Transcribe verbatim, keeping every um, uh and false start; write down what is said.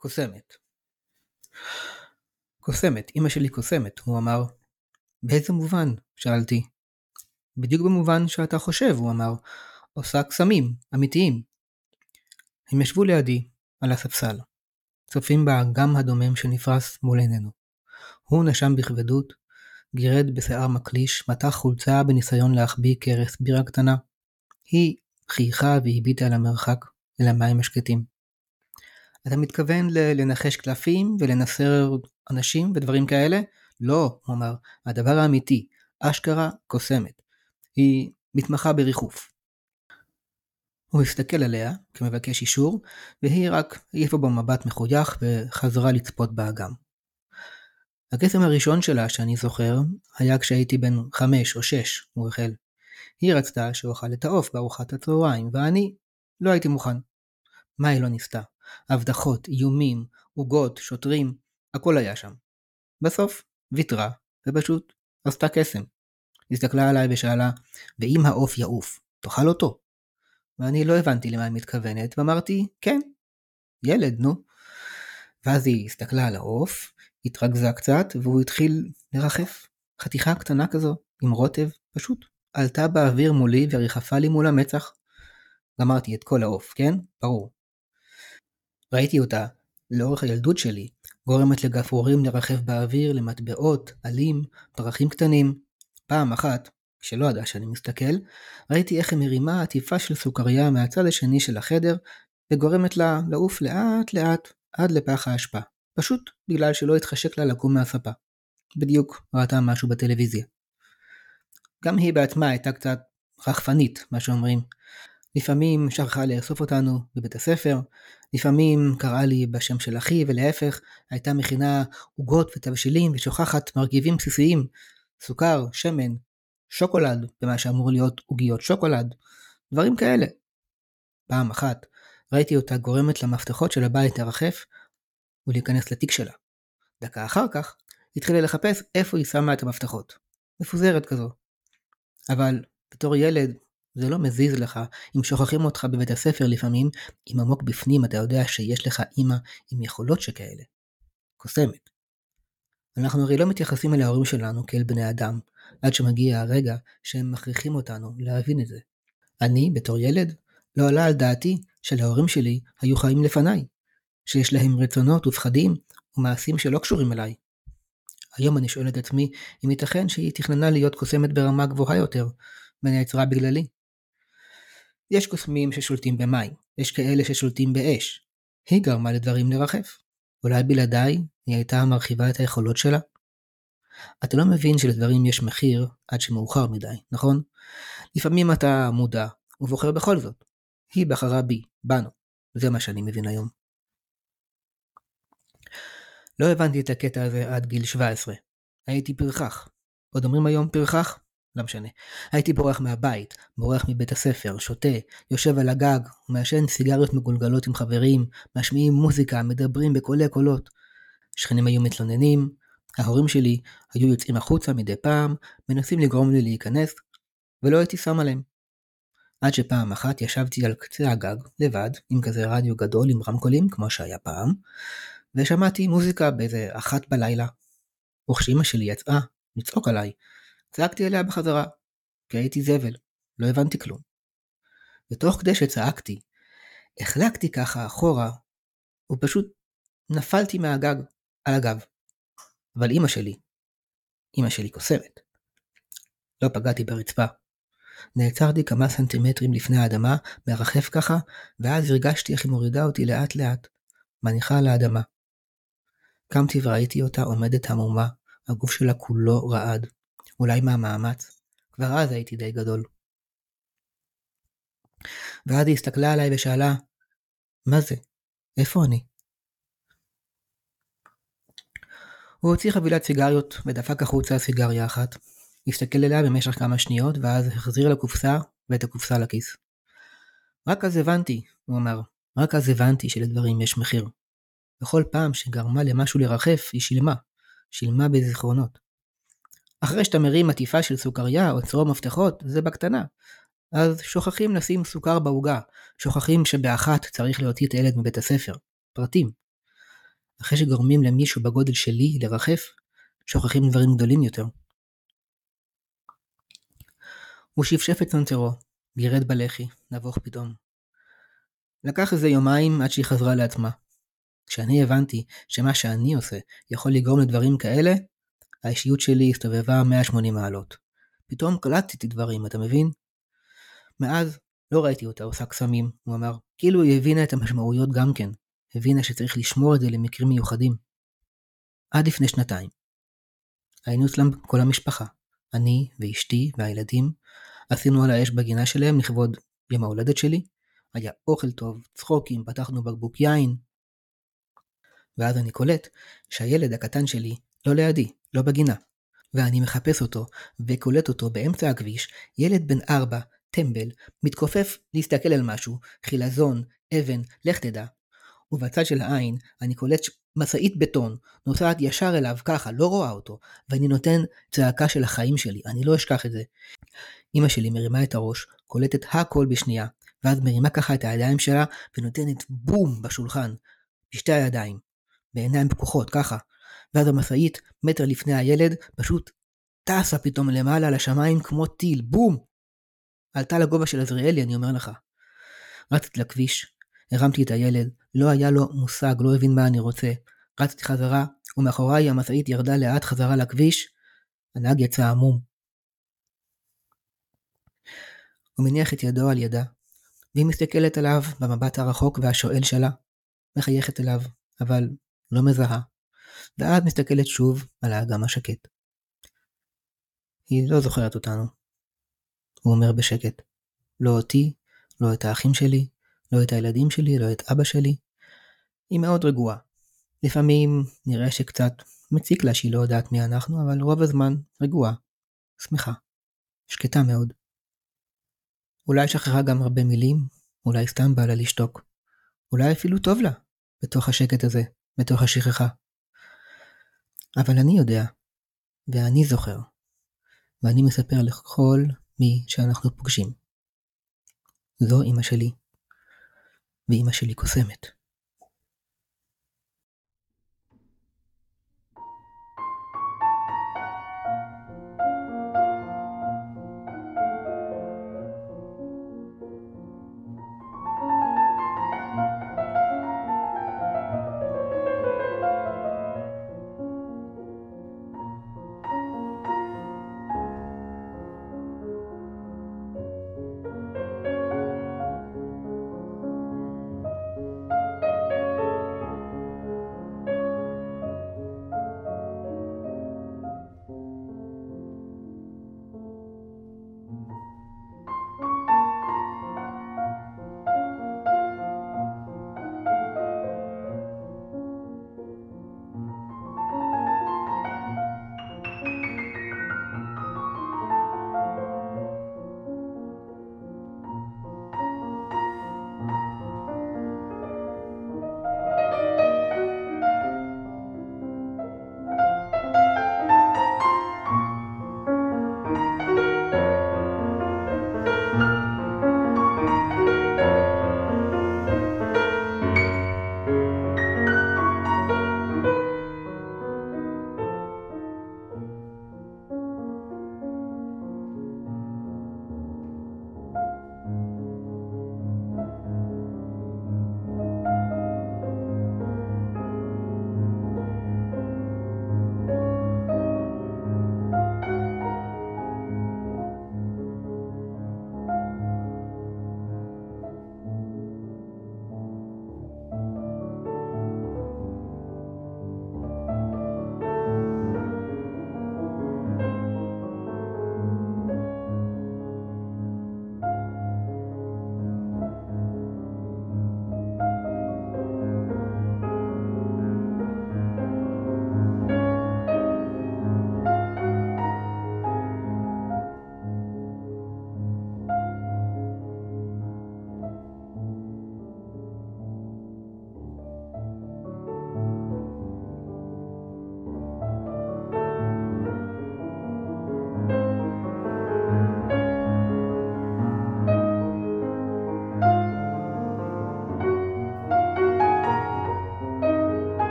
קוסמת. קוסמת, אמא שלי קוסמת, הוא אמר. באיזה מובן? שאלתי. בדיוק במובן שאתה חושב, הוא אמר. עושה קסמים, אמיתיים. הם ישבו לידי, על הספסל. צופים באגם הדומם שנפרס מול עינינו. הוא נשם בכבדות, גירד בשיער מקליש, מתח חולצה בניסיון להחביא קרס בירה קטנה. היא חייכה והביטה על המרחק, אל המים השקטים. אתה מתכוון לנחש קלפים ולנסר אנשים ודברים כאלה? לא, הוא אמר, הדבר האמיתי, אשכרה קוסמת. היא מתמחה בריחוף. הוא הסתכל עליה כמבקש אישור, והיא רק העיפה בו מבט מחוייך וחזרה לצפות באגם. הקסם הראשון שלה שאני זוכר היה כשהייתי בן חמש או שש, הוא החל. היא רצתה שאוכל את העוף בארוחת הצהריים, ואני לא הייתי מוכן. מה היא לא ניסתה? הבטחות, איומים, עוגות, שוטרים, הכל היה שם. בסוף ויתרה ופשוט עשתה קסם. הסתכלה עליי ושאלה, ואם העוף יעוף, תאכל אותו? ואני לא הבנתי למה היא מתכוונת, ואמרתי, כן, ילד, נו. ואז היא הסתכלה על העוף, התרכזה קצת, והוא התחיל לרחף. חתיכה קטנה כזו, עם רוטב, פשוט עלתה באוויר מולי וריחפה לי מול המצח. גמרתי את כל העוף, כן? ברור. ראיתי אותה, לאורך הילדות שלי, גורמת לגפרורים לרחף באוויר, למטבעות, עלים, פרחים קטנים. פעם אחת, כשלא ידע שאני מסתכל, ראיתי איך היא מרימה עטיפה של סוכריה מהצד השני של החדר, וגורמת לה לעוף לאט לאט עד לפח האשפה. פשוט בגלל שלא התחשק לה לקום מהספה. בדיוק ראתה משהו בטלוויזיה. גם היא בעצמה הייתה קצת רחפנית, מה שאומרים. לפעמים שכחה לאסוף אותנו בבית הספר, לפעמים קראה לי בשם של אחי, ולהפך, הייתה מכינה עוגות ותבשילים ושוכחת מרכיבים בסיסיים, סוכר, שמן, שוקולד, במה שאמור להיות עוגיות שוקולד, דברים כאלה. פעם אחת ראיתי אותה גורמת למפתחות של הבית לרחף ולהיכנס לתיק שלה. דקה אחר כך התחילה לחפש איפה היא שמה את המפתחות. מפוזרת כזו. אבל בתור ילד זה לא מזיז לך אם שוכחים אותך בבית הספר לפעמים, אם עמוק בפנים אתה יודע שיש לך אמא עם יכולות שכאלה. קוסמת. אנחנו הרי לא מתייחסים אל ההורים שלנו כאל בני אדם, עד שמגיע הרגע שהם מכריחים אותנו להבין את זה. אני, בתור ילד, לא עלה על דעתי שלהורים שלי היו חיים לפניי, שיש להם רצונות ופחדים ומעשים שלא קשורים אליי. היום אני שואל את עצמי אם ייתכן שהיא תכננה להיות קוסמת ברמה גבוהה יותר, ונעצרה בגללי. יש קוסמים ששולטים במים, יש כאלה ששולטים באש. היא גרמה לדברים לרחף. אולי בלעדיי היא הייתה מרחיבה את היכולות שלה? אתה לא מבין שלדברים יש מחיר עד שמאוחר מדי, נכון? לפעמים אתה מודע ובוחר בכל זאת. היא בחרה בי, בנו. זה מה שאני מבין היום. לא הבנתי את הקטע הזה עד גיל שבע עשרה. הייתי פרחח. עוד אומרים היום פרחח? לא משנה. הייתי בורח מהבית, בורח מבית הספר, שותה, יושב על הגג, ומעשן סיגריות מגולגלות עם חברים, משמיעים מוזיקה, מדברים בקולי קולות. שכנים היו מתלוננים, ההורים שלי היו יוצאים החוצה מדי פעם, מנסים לגרום לי להיכנס, ולא הייתי שם עליהם. עד שפעם אחת ישבתי על קצה הגג, לבד, עם כזה רדיו גדול עם רמקולים, כמו שהיה פעם, ושמעתי מוזיקה באיזה אחת בלילה. וכשאמא שלי יצאה לצעוק עליי, צעקתי אליה בחזרה, כי הייתי זבל, לא הבנתי כלום. ותוך כדי שצעקתי, החלקתי ככה אחורה, ופשוט נפלתי מהגג על הגב. אבל אמא שלי, אמא שלי קוסמת. לא פגעתי ברצפה. נעצרתי כמה סנטימטרים לפני האדמה, מרחף ככה, ואז הרגשתי איך היא מורידה אותי לאט לאט, מניחה על האדמה. קמתי וראיתי אותה עומדת המומה, הגוף שלה כולו רעד. אולי מהמאמץ. כבר אז הייתי די גדול. ואז היא הסתכלה עליי ושאלה, מה זה? איפה אני? הוא הוציא חבילת סיגריות ודפק החוצה סיגריה אחת. הסתכל אליה במשך כמה שניות ואז החזיר לקופסה ואת הקופסה לכיס. רק אז הבנתי, הוא אמר, רק אז הבנתי שלדברים יש מחיר. בכל פעם שגרמה למשהו לרחף היא שילמה, שילמה בזיכרונות. אחרי שאתה מרים עטיפה של סוכריה או צרור מפתחות, זה בקטנה. אז שוכחים לשים סוכר בעוגה, שוכחים שבאחת צריך להוציא את הילד מבית הספר. פרטים. אחרי שגורמים למישהו בגודל שלי לרחף, שוכחים דברים גדולים יותר. הוא שפשף את צנצרו, גירד בלחי, נבוך פתאום. לקח איזה יומיים עד שהיא חזרה לעצמה. כשאני הבנתי שמה שאני עושה יכול לגרום לדברים כאלה, האישיות שלי הסתובבה מאה ושמונים מעלות. פתאום קלטתי דברים, אתה מבין? מאז לא ראיתי אותה עושה קסמים, הוא אמר. כאילו היא הבינה את המשמעויות גם כן. הבינה שצריך לשמור את זה למקרים מיוחדים. עד לפני שנתיים. היינו אצלם כל המשפחה. אני ואשתי והילדים עשינו על האש בגינה שלהם לכבוד יום ההולדת שלי. היה אוכל טוב, צחוקים, פתחנו בקבוק יין. ואז אני קולט שהילד הקטן שלי לא לידי, לא בגינה. ואני מחפש אותו וקולט אותו באמצע הכביש, ילד בן ארבע, טמבל, מתכופף להסתכל על משהו, חילזון, אבן, לך תדע. ובצד של העין אני קולט מסעית בטון, נוסעת ישר אליו ככה, לא רואה אותו, ואני נותן צעקה של החיים שלי, אני לא אשכח את זה. אמא שלי מרימה את הראש, קולטת הכל בשנייה, ואז מרימה ככה את הידיים שלה, ונותנת בום בשולחן, בשתי הידיים, בעיניים פקוחות, ככה. ואז המסעית, מטר לפני הילד, פשוט טסה פתאום למעלה לשמיים כמו טיל, בום! עלתה לגובה של עזריאלי, אני אומר לך. רצתי לכביש, הרמתי את הילד, לא היה לו מושג, לא הבין מה אני רוצה. רצתי חזרה, ומאחוריי המסעית ירדה לאט חזרה לכביש, הנהג יצא עמום. הוא מניח את ידו על ידה, והיא מסתכלת עליו במבט הרחוק והשואל שלה, מחייכת אליו, אבל לא מזהה. ואז מסתכלת שוב על האגם השקט. היא לא זוכרת אותנו. הוא אומר בשקט, לא אותי, לא את האחים שלי, לא את הילדים שלי, לא את אבא שלי. היא מאוד רגועה. לפעמים נראה שקצת מציק לה שהיא לא יודעת מי אנחנו, אבל רוב הזמן רגועה, שמחה, שקטה מאוד. אולי שכחה גם הרבה מילים, אולי סתם בא לה לשתוק. אולי אפילו טוב לה, בתוך השקט הזה, בתוך השכחה. אבל אני יודע, ואני זוכר, ואני מספר לכל מי שאנחנו פוגשים. זו אמא שלי, ואמא שלי קוסמת.